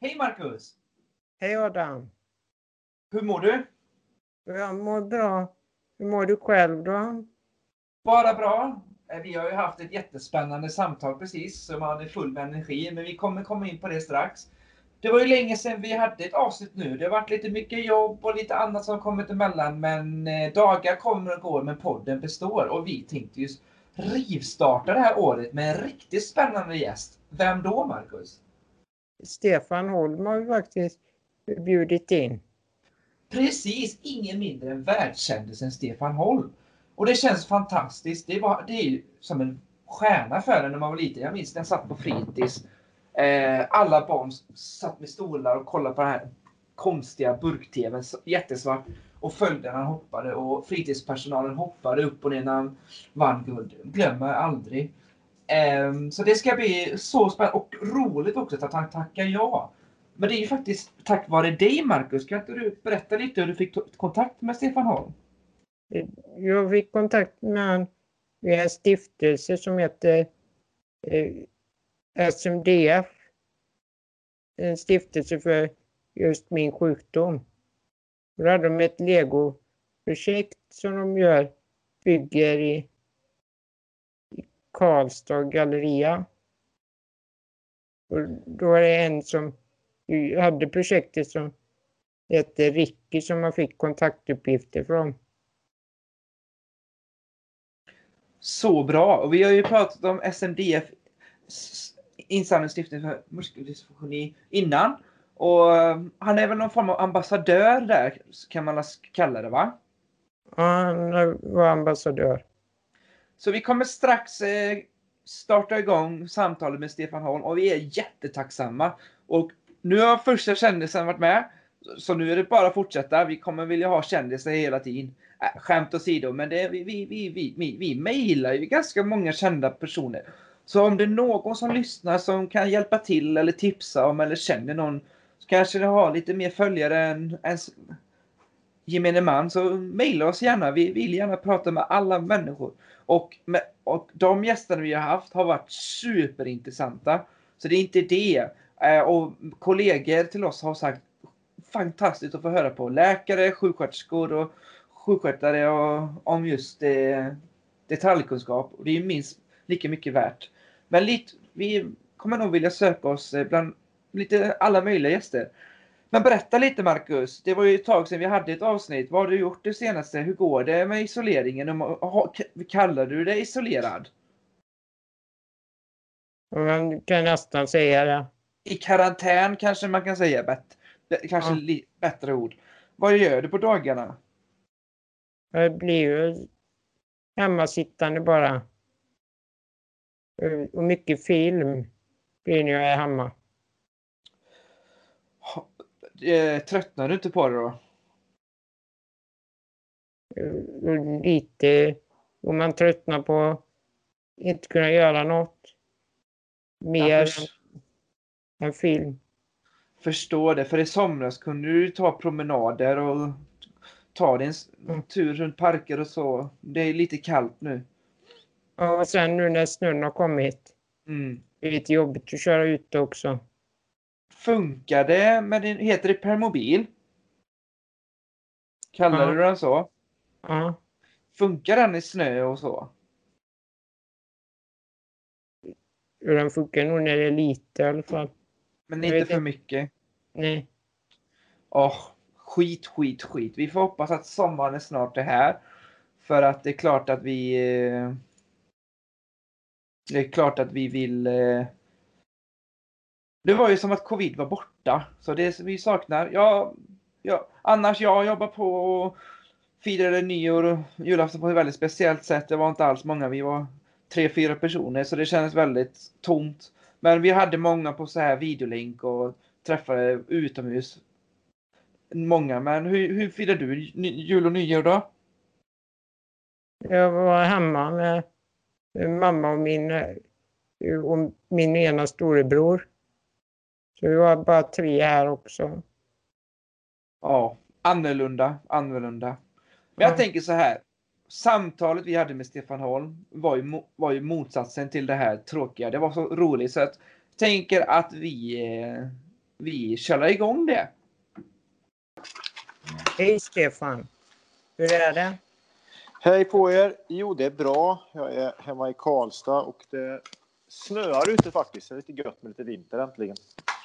Hej Marcus! Hej Adam. Hur mår du? Jag mår bra. Hur mår du själv då? Bara bra. Vi har ju haft ett jättespännande samtal precis, så man är full med energi, men vi kommer komma in på det strax. Det var ju länge sedan vi hade ett avsnitt nu. Det har varit lite mycket jobb och lite annat som kommit emellan, men dagar kommer och går, men podden består. Och vi tänkte ju rivstarta det här året med en riktigt spännande gäst. Vem då, Marcus? Stefan Holm har vi faktiskt bjudit in. Precis, ingen mindre än världskändisen Stefan Holm. Och det känns fantastiskt. Det är ju som en stjärna för en när man var liten. Jag minns när jag satt på fritids. Alla barn satt med stolar och kollade på den här konstiga burk-tvn, jättesvart. Och följde när han hoppade. Och fritidspersonalen hoppade upp och ner när han vann guld. Glömmer aldrig. Så det ska bli så spännande och roligt också att han tackar ja. Men det är ju faktiskt tack vare dig, Marcus. Kan inte du berätta lite hur du fick kontakt med Stefan Holm? Jag fick kontakt med han via en stiftelse som heter SMDF. En stiftelse för just min sjukdom. Då hade de ett Lego-projekt som de bygger i Karlstad galleria. Och då är det en som hade projektet som heter Ricky som man fick kontaktuppgifter från. Så bra. Och vi har ju pratat om SMDF, insamlingsstiftelse för muskeldysfunktion, innan. Och han är väl någon form av ambassadör där, kan man kalla det, va? Ja, han var ambassadör. Så vi kommer strax starta igång samtalet med Stefan Holm och vi är jättetacksamma. Och nu har första kändisen varit med, så nu är det bara att fortsätta. Vi kommer vilja ha kändisar hela tiden. Skämt åsido, men vi mejlar ju ganska många kända personer. Så om det är någon som lyssnar som kan hjälpa till eller tipsa om eller känner någon, så kanske det har lite mer följare än gemene man, så mejla oss gärna. Vi vill gärna prata med alla människor. Och de gästerna vi har haft har varit superintressanta. Så det är inte det. Och kollegor till oss har sagt fantastiskt att få höra på. Läkare, sjuksköterskor och sjukskötare och om just detaljkunskap. Och det är minst lika mycket värt. Men vi kommer nog vilja söka oss bland lite alla möjliga gäster. Men berätta lite, Marcus. Det var ju ett tag sedan vi hade ett avsnitt. Vad har du gjort det senaste? Hur går det med isoleringen? Kallar du det isolerad? Man kan nästan säga det. I karantän kanske man kan säga. Kanske bättre ord. Vad gör du på dagarna? Jag blir ju hemmasittande bara. Och mycket film blir när jag är hemma. Tröttnar du inte på det då? Lite. Och man tröttnar på inte kunna göra något mer än film. Förstår det. För i somras kunde du ta promenader och ta din tur runt parker och så. Det är lite kallt nu. Ja, och sen nu när snön har kommit. Det är lite jobbigt att köra ute också. Funkar det med din, heter det permobil? Kallar du den så? Ja. Funkar den i snö och så? Den funkar nog när det är lite i alla fall. Men inte för mycket? Nej. Skit. Vi får hoppas att sommaren är snart det här. För att det är klart att vi vill. Det var ju som att covid var borta. Så det vi saknar. Annars jag jobbar på och firade nyår och julafton på ett väldigt speciellt sätt. Det var inte alls många. Vi var 3-4 personer. Så det kändes väldigt tomt. Men vi hade många på så här videolink och träffade utomhus. Många. Men hur firar du jul och nyår då? Jag var hemma med mamma och min ena storebror. Så vi var bara 3 här också. Ja, annorlunda. Men jag tänker så här. Samtalet vi hade med Stefan Holm var ju motsatsen till det här tråkiga. Det var så roligt så att jag tänker att vi vi kör igång det. Hej Stefan, hur är det? Hej på er! Jo, det är bra. Jag är hemma i Karlstad och det snöar ute faktiskt. Det är lite gött med lite vinter äntligen.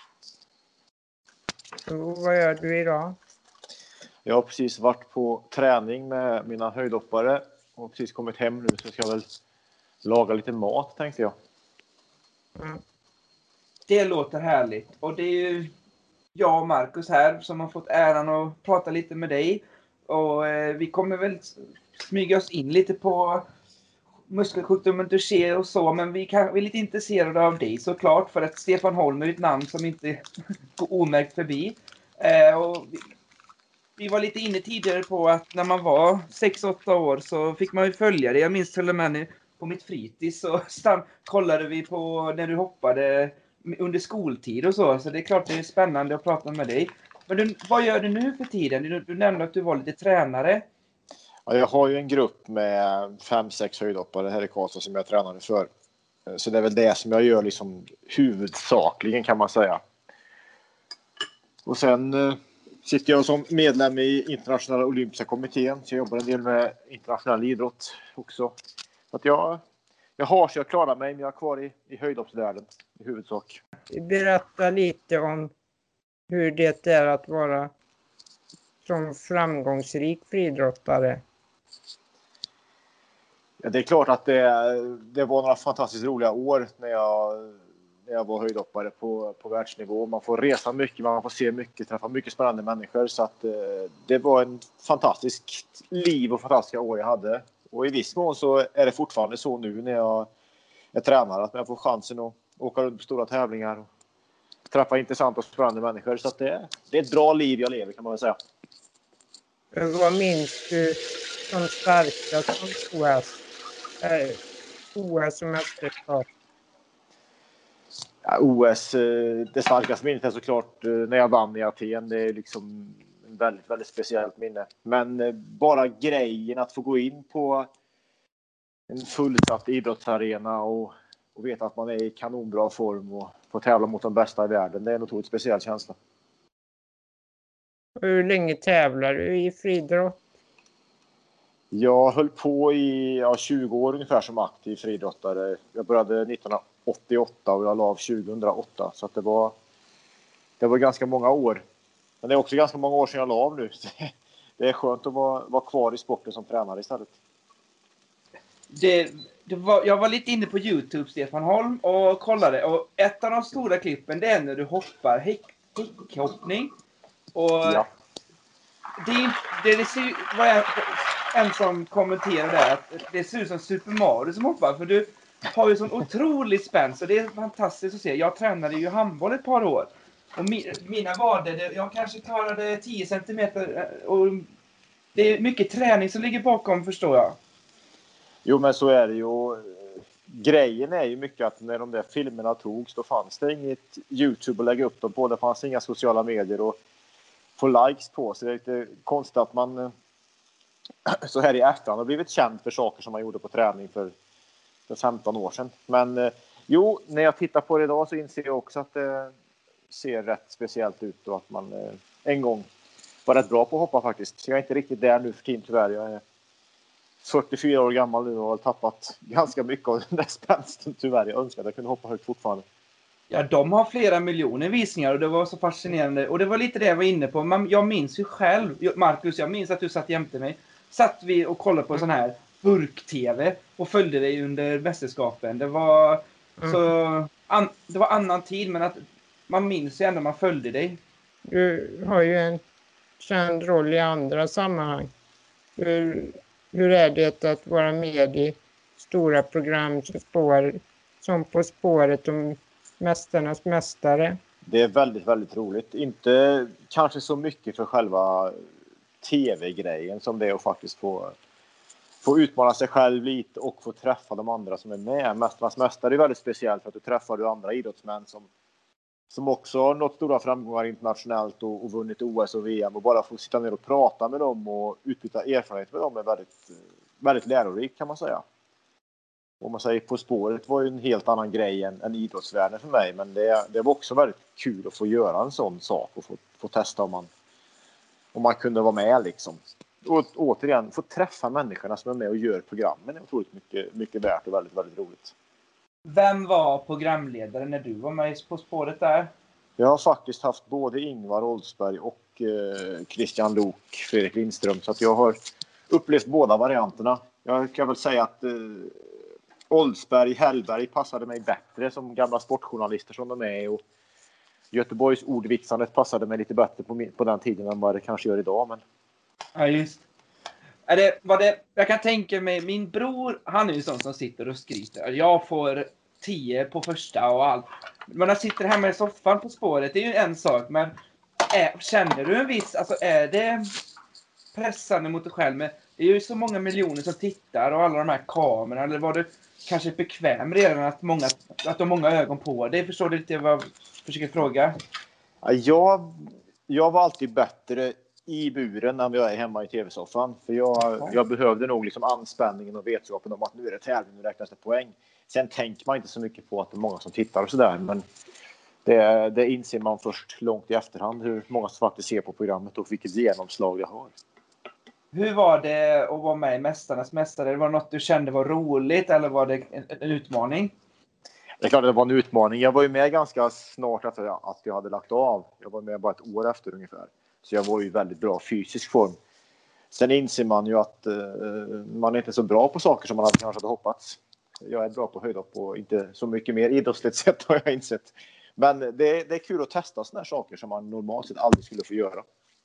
Och vad gör du idag? Jag har precis varit på träning med mina höjdhoppare och precis kommit hem nu, så ska jag väl laga lite mat, tänkte jag. Mm. Det låter härligt. Och det är ju jag och Marcus här som har fått äran att prata lite med dig. Och vi kommer väl smyga oss in lite på muskelsjukdomen Duchenne och så. Men vi är lite intresserade av dig såklart. För att Stefan Holm är ett namn som inte går omärkt förbi. Och vi var lite inne tidigare på att när man var 6-8 år så fick man ju följa det. Jag minns till och med på mitt fritids så kollade vi på när du hoppade under skoltid och så. Så det är klart det är spännande att prata med dig. Men vad gör du nu för tiden? Du nämnde att du var lite tränare. Ja, jag har ju en grupp med 5-6 höjdhoppare här i Karlstad som jag tränade för. Så det är väl det som jag gör liksom huvudsakligen, kan man säga. Och sen sitter jag som medlem i internationella olympiska kommittén. Så jag jobbar en del med internationell idrott också. Så att jag har så jag klarar mig, men jag är kvar i höjdhoppsvärlden i huvudsak. Berätta lite om hur det är att vara som framgångsrik friidrottare. Ja, det är klart att det var några fantastiskt roliga år när jag var höjdhoppare på världsnivå. Man får resa mycket, man får se mycket, träffa mycket spännande människor. Så att det var en fantastisk liv och fantastiska år jag hade. Och i viss mån så är det fortfarande så nu när jag är tränare, att jag får chansen att åka runt på stora tävlingar och träffa intressanta och spännande människor. Så att det är ett bra liv jag lever, kan man väl säga. Vad minns du som starkast från OS och mästerskap? Ja, OS, det starkaste minnet är såklart när jag vann i Aten. Det är liksom en väldigt, väldigt speciellt minne. Men bara grejen att få gå in på en fullsatt idrottsarena och veta att man är i kanonbra form och få tävla mot de bästa i världen, det är en otroligt speciell känsla. Hur länge tävlar du i friidrott? Jag höll på i 20 år ungefär som aktiv friidrottare. Jag började 1988 och jag la av 2008. Så att det var ganska många år. Men det är också ganska många år sedan jag la av nu. Det är skönt att vara kvar i sporten som tränare istället. Jag var lite inne på YouTube, Stefan Holm, och kollade. Och ett av de stora klippen, det är när du hoppar häckhoppning. Och Ja. det var en som kommenterade där att det ser ut som Super Mario som hoppar. För du har ju sån otrolig spänst och det är fantastiskt att se. Jag tränade ju handboll ett par år. Och mina vader, jag kanske klarade 10 centimeter. Och det är mycket träning som ligger bakom, förstår jag. Jo, men så är det ju. Grejen är ju mycket att när de där filmerna togs, då fanns det inget YouTube att lägga upp dem på. Det fanns inga sociala medier och få likes på. Så det är lite konstigt att man så här i efterhand har blivit känd för saker som man gjorde på träning för 15 år sedan. Men jo, när jag tittar på det idag så inser jag också att det ser rätt speciellt ut och att man en gång var rätt bra på att hoppa faktiskt. Så jag är inte riktigt där nu för tiden tyvärr. Jag är 44 år gammal nu och har tappat ganska mycket av den där spänsten tyvärr. Jag önskar att jag kunde hoppa högt fortfarande. Ja, de har flera miljoner visningar och det var så fascinerande. Och det var lite det jag var inne på. Jag minns ju själv, Marcus, jag minns att du satt jämte mig. Satt vi och kollade på sån här burk-tv och följde dig under mästerskapen. Det var det var annan tid, men att man minns ju ändå man följde dig. Du har ju en känd roll i andra sammanhang. Hur är det att vara med i stora program som På spåret om Mästarnas mästare? Det är väldigt, väldigt roligt. Inte kanske så mycket för själva tv-grejen som det är att faktiskt få utmana sig själv lite och få träffa de andra som är med. Mästarnas mästare är väldigt speciellt för att du träffar andra idrottsmän som också har nått stora framgångar internationellt och vunnit OS och VM, och bara få sitta ner och prata med dem och utbyta erfarenhet med dem är väldigt, väldigt lärorikt, kan man säga. om man säger På spåret var ju en helt annan grej än idrottsvärlden för mig. Men det var också väldigt kul att få göra en sån sak och få testa om man kunde vara med liksom. Och återigen, få träffa människorna som är med och gör programmen är otroligt mycket, mycket värt och väldigt, väldigt roligt. Vem var programledare när du var med På spåret där? Jag har faktiskt haft både Ingvar Oldsberg och Christian Lok, Fredrik Lindström. Så att jag har upplevt båda varianterna. Jag kan väl säga att Oldsberg, Hellberg passade mig bättre som gamla sportjournalister som de är. Och Göteborgs ordvitsandet passade mig lite bättre på den tiden än vad det kanske gör idag. Men... Ja, just. Jag kan tänka mig, min bror, han är ju sån som sitter och skryter. Jag får 10 på första och allt. Men jag sitter hemma i soffan På spåret, det är ju en sak. Men känner du en viss, alltså är det pressande mot dig själv? Men det är ju så många miljoner som tittar och alla de här kamerorna. Eller var du kanske bekväm redan att du har många ögon på dig? Förstår du lite vad jag försöker fråga? Ja, jag var alltid bättre i buren när jag är hemma i tv-soffan. För jag behövde nog liksom anspänningen och vetskapen om att nu är det tävling, nu räknas det poäng. Sen tänker man inte så mycket på att det är många som tittar och sådär. Men det inser man först långt i efterhand hur många som faktiskt ser på programmet och vilket genomslag det har. Hur var det att vara med i Mästarnas mästare? Var det något du kände var roligt eller var det en utmaning? Det är klart att det var en utmaning. Jag var ju med ganska snart efter att jag hade lagt av. Jag var med bara ett år efter ungefär. Så jag var ju i väldigt bra fysisk form. Sen inser man ju att man är inte så bra på saker som man kanske hade hoppats. Jag är bra på höjdhopp och inte så mycket mer idrottsligt sett har jag insett. Men det är kul att testa såna här saker som man normalt sett aldrig skulle få göra.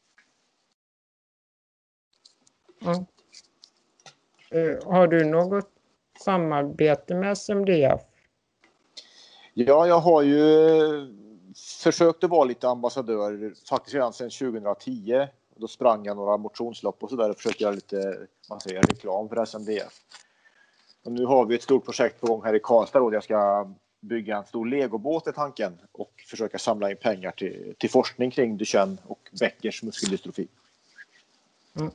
Ja. Har du något samarbete med SMDF? Ja, jag har ju försökt att vara lite ambassadör faktiskt redan sedan 2010. Då sprang jag några motionslopp och sådär och försökte göra lite reklam för SMDF. Och nu har vi ett stort projekt på gång här i Karlstad där jag ska bygga en stor legobåt i tanken och försöka samla in pengar till forskning kring Duchenne och Beckers muskeldystrofi. Mm.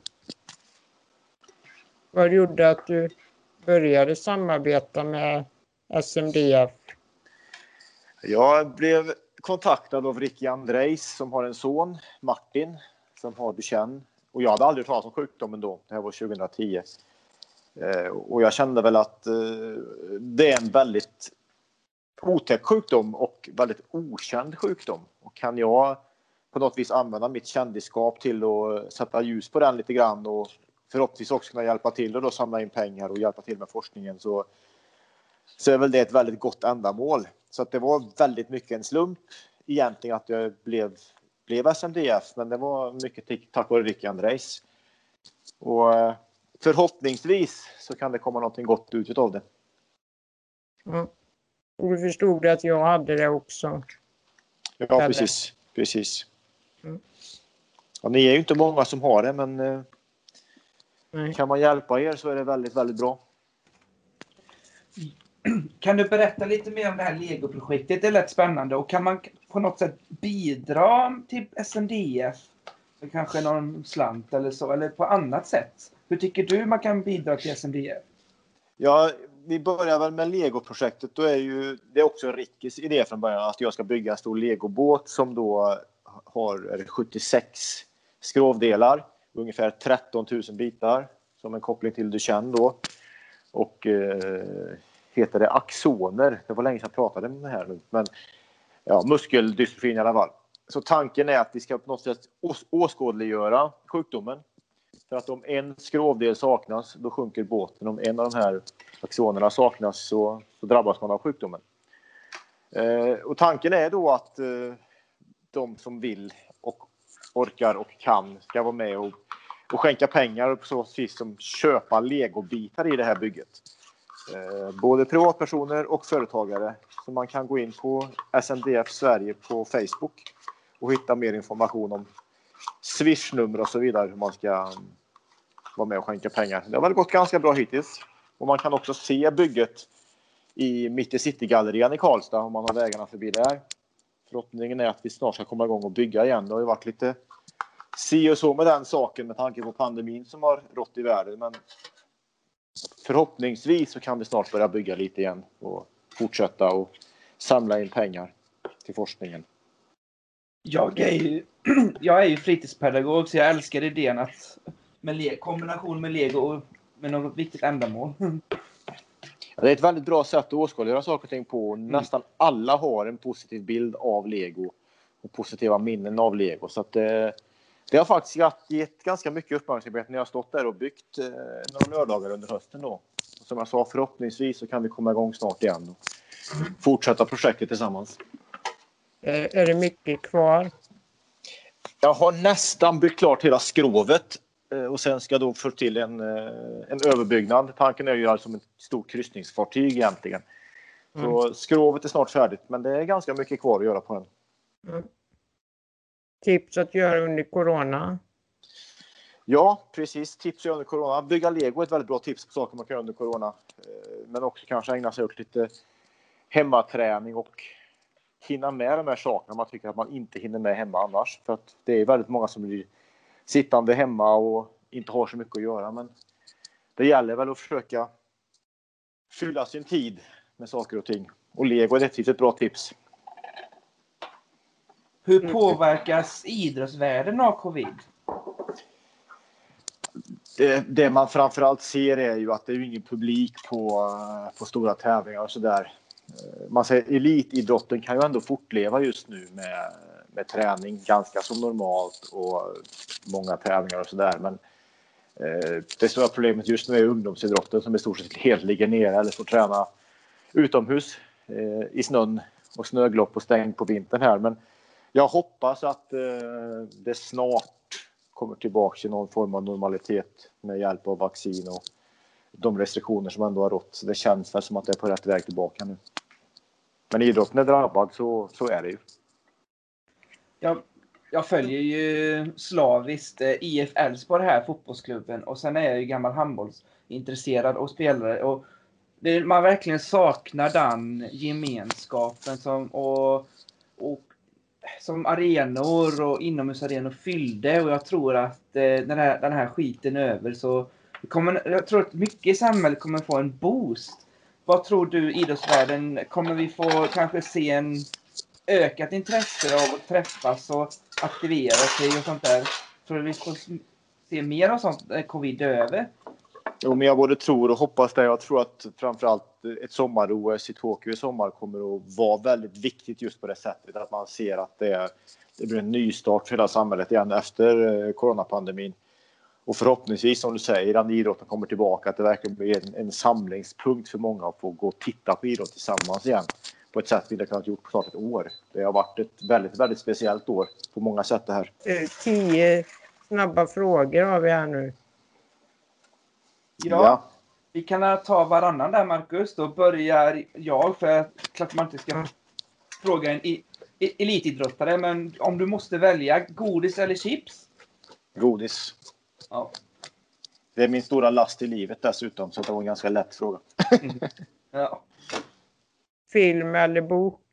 Vad gjorde att du började samarbeta med SMDF? Jag blev kontaktad av Ricky Andrejs som har en son, Martin, som har Duchenne. Och jag hade aldrig talat om sjukdomen då, det här var 2010. Och jag kände väl att det är en väldigt otäck sjukdom och väldigt okänd sjukdom. Och kan jag på något vis använda mitt kändisskap till att sätta ljus på den lite grann och förhoppningsvis också kunna hjälpa till och då samla in pengar och hjälpa till med forskningen så är väl det ett väldigt gott ändamål. Så att det var väldigt mycket en slump egentligen att jag blev SMDF, men det var mycket tack vare Ricky Andrejs. Och förhoppningsvis så kan det komma någonting gott ut av det. Ja. Och du förstod att jag hade det också. Ja, precis. Mm. Ja, ni är ju inte många som har det, men kan man hjälpa er så är det väldigt, väldigt bra. Kan du berätta lite mer om det här Lego-projektet? Det är lätt spännande. Och kan man på något sätt bidra till SMDF? Kanske någon slant eller så, eller på annat sätt? Hur tycker du man kan bidra till SMDF? Ja, vi börjar väl med Lego-projektet. Då det är också Rickys idé från början att jag ska bygga en stor Lego-båt som då har 76 skrovdelar. Ungefär 13 000 bitar som en koppling till Duchenne då. Och heter det axoner. Det var länge sedan jag pratade om det här nu. Men ja, muskeldystrofin i alla fall. Så tanken är att vi ska på något sätt åskådliggöra sjukdomen. För att om en skrovdel saknas, då sjunker båten. Om en av de här axonerna saknas så drabbas man av sjukdomen. Och tanken är då att de som vill och orkar och kan ska vara med och skänka pengar på så vis som köpa legobitar i det här bygget. Både privatpersoner och företagare. Så man kan gå in på SMDF Sverige på Facebook och hitta mer information om Swish-nummer och så vidare hur man ska vara med och skänka pengar. Det har väl gått ganska bra hittills. Och man kan också se bygget mitt i Citygallerian i Karlstad om man har vägarna förbi där. Förhoppningen är att vi snart ska komma igång och bygga igen. Det har ju varit lite si och så med den saken med tanke på pandemin som har rått i världen. Men förhoppningsvis så kan vi snart börja bygga lite igen och fortsätta och samla in pengar till forskningen. Jag är ju fritidspedagog, så jag älskar idén att kombination med Lego och med något viktigt ändamål. Det är ett väldigt bra sätt att åskådliggöra saker och ting på. Nästan alla har en positiv bild av Lego och positiva minnen av Lego. Så att, det har faktiskt gett ganska mycket uppmärksamhet när jag har stått där och byggt några lördagar under hösten då. Och som jag sa, förhoppningsvis så kan vi komma igång snart igen och fortsätta projektet tillsammans. Är det mycket kvar? Jag har nästan byggt klart hela skrovet och sen ska jag då få till en överbyggnad. Tanken är ju alltså som ett stort kryssningsfartyg egentligen. Så skrovet är snart färdigt, men det är ganska mycket kvar att göra på den. Tips att göra under corona? Ja, precis. Tips under corona. Bygga Lego är ett väldigt bra tips på saker man kan göra under corona. Men också kanske ägna sig åt lite hemmaträning och hinna med de här sakerna man tycker att man inte hinner med hemma annars. För att det är väldigt många som blir sittande hemma och inte har så mycket att göra. Men det gäller väl att försöka fylla sin tid med saker och ting. Och Lego är definitivt ett bra tips. Hur påverkas idrottsvärlden av covid? Det man framförallt ser är ju att det är ingen publik på stora tävlingar och sådär. Man säger elitidrotten kan ju ändå fortleva just nu med träning ganska som normalt och många tävlingar och sådär. Men det stora problemet just nu är ungdomsidrotten som i stort sett helt ligger ner eller får träna utomhus i snön och snöglopp och stängt på vintern här. Men jag hoppas att det snart kommer tillbaka till någon form av normalitet med hjälp av vaccin och de restriktioner som ändå har rått. Så det känns väl som att det är på rätt väg tillbaka nu. Men idrotten är drabbad, så är det ju. Jag följer ju slaviskt IF Elfsborg här, fotbollsklubben. Och sen är jag ju gammal handbollsintresserad och spelare. Och man verkligen saknar den gemenskapen som arenor och inomhusarenor fyllde. Och jag tror att den här skiten är över, så jag tror att mycket i samhället kommer få en boost. Vad tror du, idrottsvärlden? Kommer vi få kanske se en ökat intresse av att träffas och aktivera sig och sånt där? Tror du vi får se mer av sånt när covid är över? Jo, men jag både tror och hoppas det. Jag tror att framförallt ett sommar-OS i Tokyo i sommar kommer att vara väldigt viktigt just på det sättet att man ser att det blir en ny start för hela samhället igen efter coronapandemin. Och förhoppningsvis, som du säger, när idrotten kommer tillbaka, att det verkligen blir en samlingspunkt för många att få gå och titta på idrott tillsammans igen. På ett sätt vi inte kunnat gjort på snart ett år. Det har varit ett väldigt, väldigt speciellt år på många sätt det här. 10 snabba frågor har vi här nu. Ja. Vi kan ta varannan där, Marcus. Då börjar jag, för klart man inte ska fråga en elitidrottare. Men om du måste välja, godis eller chips? Godis. Ja. Det är min stora last i livet dessutom, så det var en ganska lätt fråga. Ja. Film eller bok?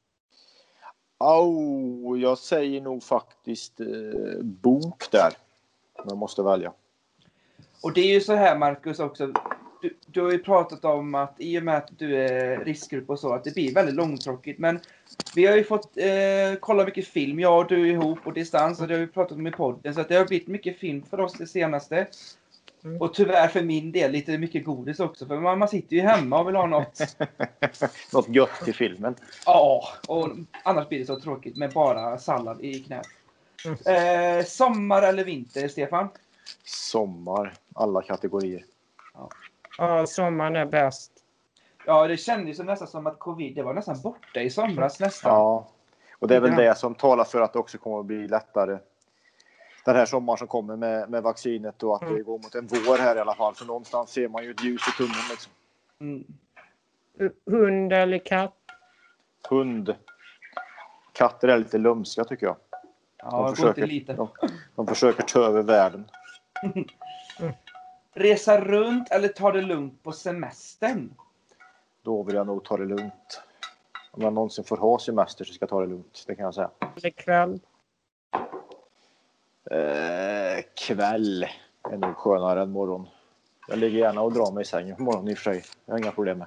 Jag säger nog faktiskt bok där. Om jag måste välja. Och det är ju så här, Marcus, också. Du har ju pratat om att i och med att du är riskgrupp och så, att det blir väldigt långtråkigt. Men vi har ju fått kolla mycket film, jag och du ihop på distans. Och det har vi pratat om i podden. Så att det har blivit mycket film för oss det senaste. Och tyvärr för min del lite mycket godis också. För man sitter ju hemma och vill ha något. Något gött till filmen. Ja, och annars blir det så tråkigt med bara sallad i knät. Sommar eller vinter, Stefan? Sommar, alla kategorier. Ja, sommaren är bäst. Ja, det kändes ju nästan som att covid, det var nästan borta i somras nästan. Ja, och det är väl det som talar för att det också kommer att bli lättare den här sommaren som kommer med vaccinet och att det går mot en vår här i alla fall. Så någonstans ser man ju ett ljus i tunneln liksom. Hund eller katt? Hund. Katter är lite lumska tycker jag. Ja, de försöker ta över världen. Resa runt eller ta det lugnt på semestern? Då vill jag nog ta det lugnt. Om jag någonsin får ha semester så ska jag ta det lugnt, det kan jag säga. Eller kväll? Kväll är nog skönare än morgon. Jag ligger gärna och drar mig i sängen på morgonen i och för sig. Jag har inga problem med.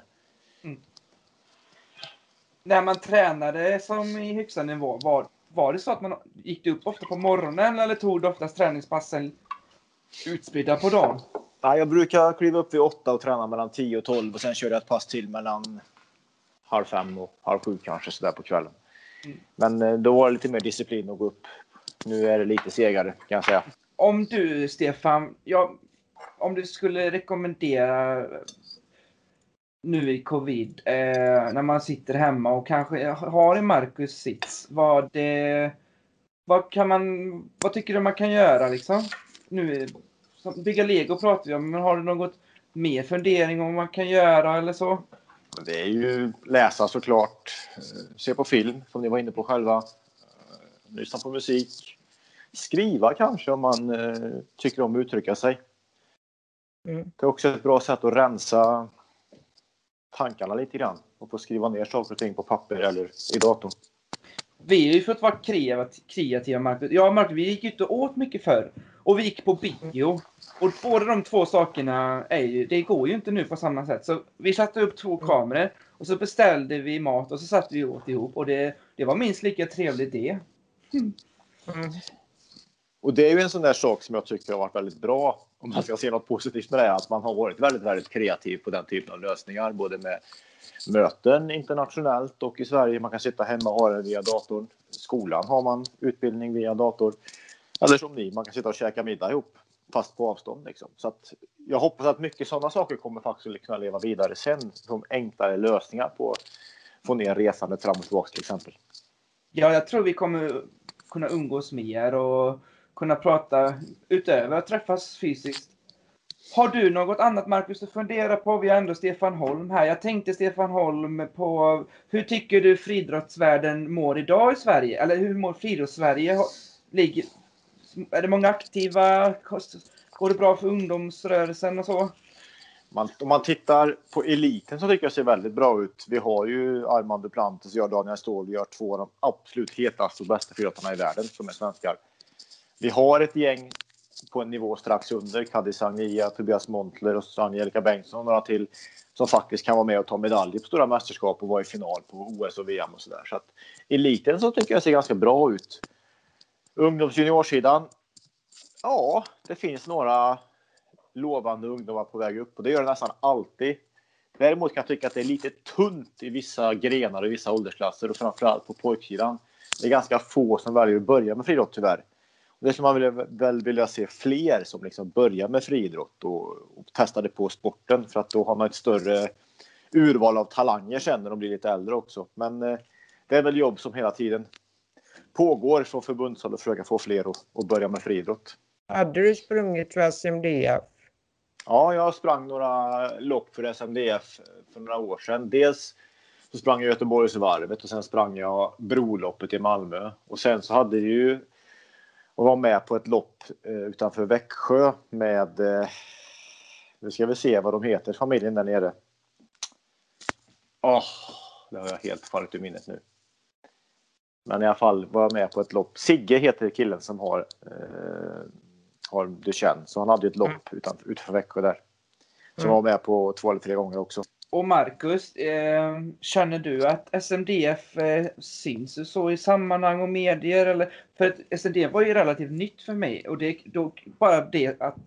När man tränade som i högsta nivå, var det så att man gick upp ofta på morgonen eller tog du oftast träningspassen utspridda på dagen? Ja, jag brukar kliva upp vid 8 och träna mellan 10 och 12 och sen kör jag ett pass till mellan 5:30 och 6:30 kanske sådär på kvällen. Men då var det lite mer disciplin att gå upp. Nu är det lite segare kan jag säga. Om du, Stefan, om du skulle rekommendera nu i covid, när man sitter hemma och kanske har en Marcus sits, vad tycker du man kan göra liksom? Nu, bygga Lego pratar vi om, men har du något mer fundering om vad man kan göra eller så? Det är ju läsa såklart, se på film som ni var inne på själva, lyssna på musik, skriva kanske om man tycker om att uttrycka sig. Det är också ett bra sätt att rensa tankarna lite grann och få skriva ner saker och ting på papper eller i datorn. Vi har ju fått vara kreativa, Marcus. Ja, Marcus, vi gick ut och åt mycket förr. Och vi gick på bio. Och båda de två sakerna det går ju inte nu på samma sätt. Så vi satte upp 2 kameror. Och så beställde vi mat och så satt vi åt ihop. Och det var minst lika trevligt det. Och det är ju en sån där sak som jag tycker har varit väldigt bra. Om man ska se något positivt med det. Att man har varit väldigt, väldigt kreativ på den typen av lösningar. Både med möten internationellt och i Sverige. Man kan sitta hemma och ha det via datorn. Skolan har man utbildning via dator. Eller som man kan sitta och käka middag ihop. Fast på avstånd liksom. Så att jag hoppas att mycket sådana saker kommer faktiskt kunna leva vidare sen. Som enklare lösningar på att få ner resandet fram och tillbaka till exempel. Ja, jag tror vi kommer kunna umgås mer och kunna prata utöver att träffas fysiskt. Har du något annat, Marcus, att fundera på? Vi har ändå Stefan Holm här. Jag tänkte Stefan Holm på hur tycker du friidrottsvärlden mår idag i Sverige? Eller hur mår friidrottssverige? Är det många aktiva? Går det bra för ungdomsrörelsen och så? Om man tittar på eliten så tycker jag ser väldigt bra ut. Vi har ju Armand Duplantis och jag, Daniel Ståhl. Vi har 2 av de absolut hetaste och bästa friidrottarna i världen som är svenskar. Vi har ett gäng på en nivå strax under. Kadis Agnia, Tobias Montler och Angelica Bengtsson och några till som faktiskt kan vara med och ta medaljer på stora mästerskap och vara i final på OS och VM och sådär. Så att eliten så tycker jag ser ganska bra ut. Ungdomsjuniorsidan, ja, det finns några lovande ungdomar på väg upp och det gör det nästan alltid. Däremot kan jag tycka att det är lite tunt i vissa grenar och i vissa åldersklasser och framförallt på pojksidan. Det är ganska få som väljer att börja med friidrott tyvärr. Och det skulle man väl vilja se fler som liksom börjar med friidrott och testade på sporten för att då har man ett större urval av talanger sen när de blir lite äldre också. Men det är väl jobb som hela tiden pågår från förbundshåll och försöka få fler att börja med friidrott. Hade du sprungit för SMDF? Ja, jag sprang några lopp för SMDF för några år sedan. Dels så sprang jag Göteborgsvarvet och sen sprang jag Broloppet i Malmö. Och sen så hade jag ju och var med på ett lopp utanför Växjö med, nu ska vi se vad de heter, familjen där nere. Det har jag helt fallit ur minnet nu. Men i alla fall var jag med på ett lopp. Sigge heter killen som har Duchenne. Så han hade ett lopp utanför Växjö där. Som var med på 2 eller 3 gånger också. Och Marcus, känner du att SMDF syns så i sammanhang och medier? Eller? För att SMDF var ju relativt nytt för mig. Och bara det att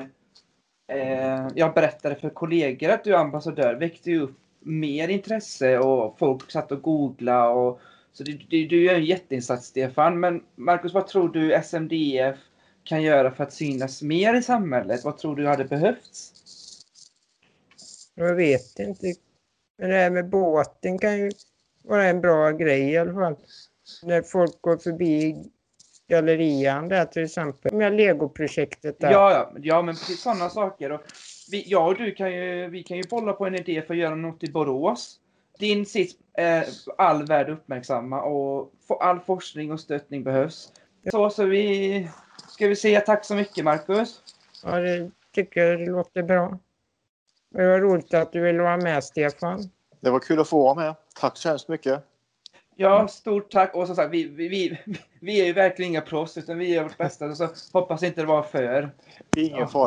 jag berättade för kollegor att du är ambassadör väckte ju upp mer intresse och folk satt och googlade. Så du gör en jätteinsats, Stefan. Men Marcus, vad tror du SMDF kan göra för att synas mer i samhället? Vad tror du hade behövts? Jag vet inte. Men det här med båten kan ju vara en bra grej i alla fall. När folk går förbi gallerian där till exempel. Med Lego-projektet där. Ja, men precis sådana saker. Och jag och du vi kan ju bolla på en idé för att göra något i Borås. Din sits är all värld uppmärksamma och all forskning och stöttning behövs. Så ska vi säga tack så mycket, Marcus. Ja, det tycker jag det låter bra. Det var roligt att du ville vara med, Stefan. Det var kul att få vara med. Tack så hemskt mycket. Ja, stort tack. Och som sagt, vi är ju verkligen inga proffs utan vi gör vårt bästa. Så hoppas inte det var för. Ingen fara.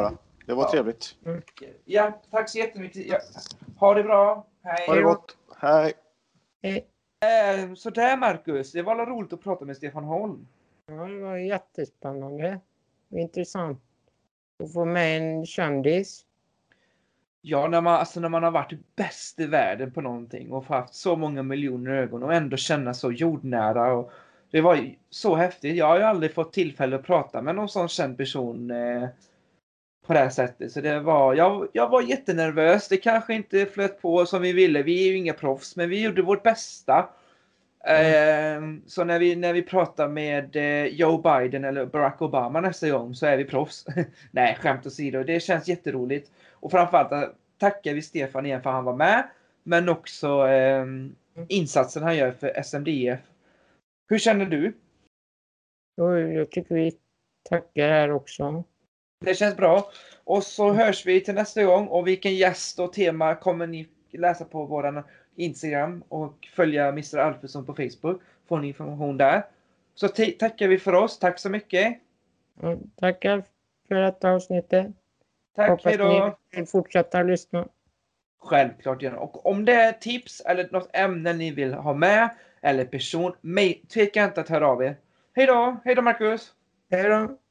Det var trevligt. Ja, tack så jättemycket. Ja. Ha det bra. Hej. Ha det gott. Hej. Hej. Så där Marcus, det var roligt att prata med Stefan Holm. Ja, det var jättespännande. Intressant att få med en kändis. Ja, när man har varit bäst i världen på någonting och haft så många miljoner ögon och ändå känna så jordnära. Och det var ju så häftigt. Jag har ju aldrig fått tillfälle att prata med någon sån känd person på det här sättet. Så det var, jag var jättenervös. Det kanske inte flöt på som vi ville. Vi är ju inga proffs, men vi gjorde vårt bästa. Så när vi pratar med Joe Biden eller Barack Obama nästa gång så är vi proffs. Nej, skämt åsido. Det känns jätteroligt. Och framförallt tackar vi Stefan igen för att han var med. Men också insatsen han gör för SMDF. Hur känner du? Jag tycker vi tackar här också. Det känns bra. Och så hörs vi till nästa gång. Och vilken gäst och tema kommer ni läsa på våran Instagram och följa Mr. Alfredsson på Facebook. Får ni information där. Så tackar vi för oss. Tack så mycket. Tackar för detta avsnittet. Tack, hej då. Hoppas ni vill fortsätta lyssna. Självklart gärna. Och om det är tips eller något ämne ni vill ha med eller person, tveka inte att höra av er. Hej då Marcus. Hej då.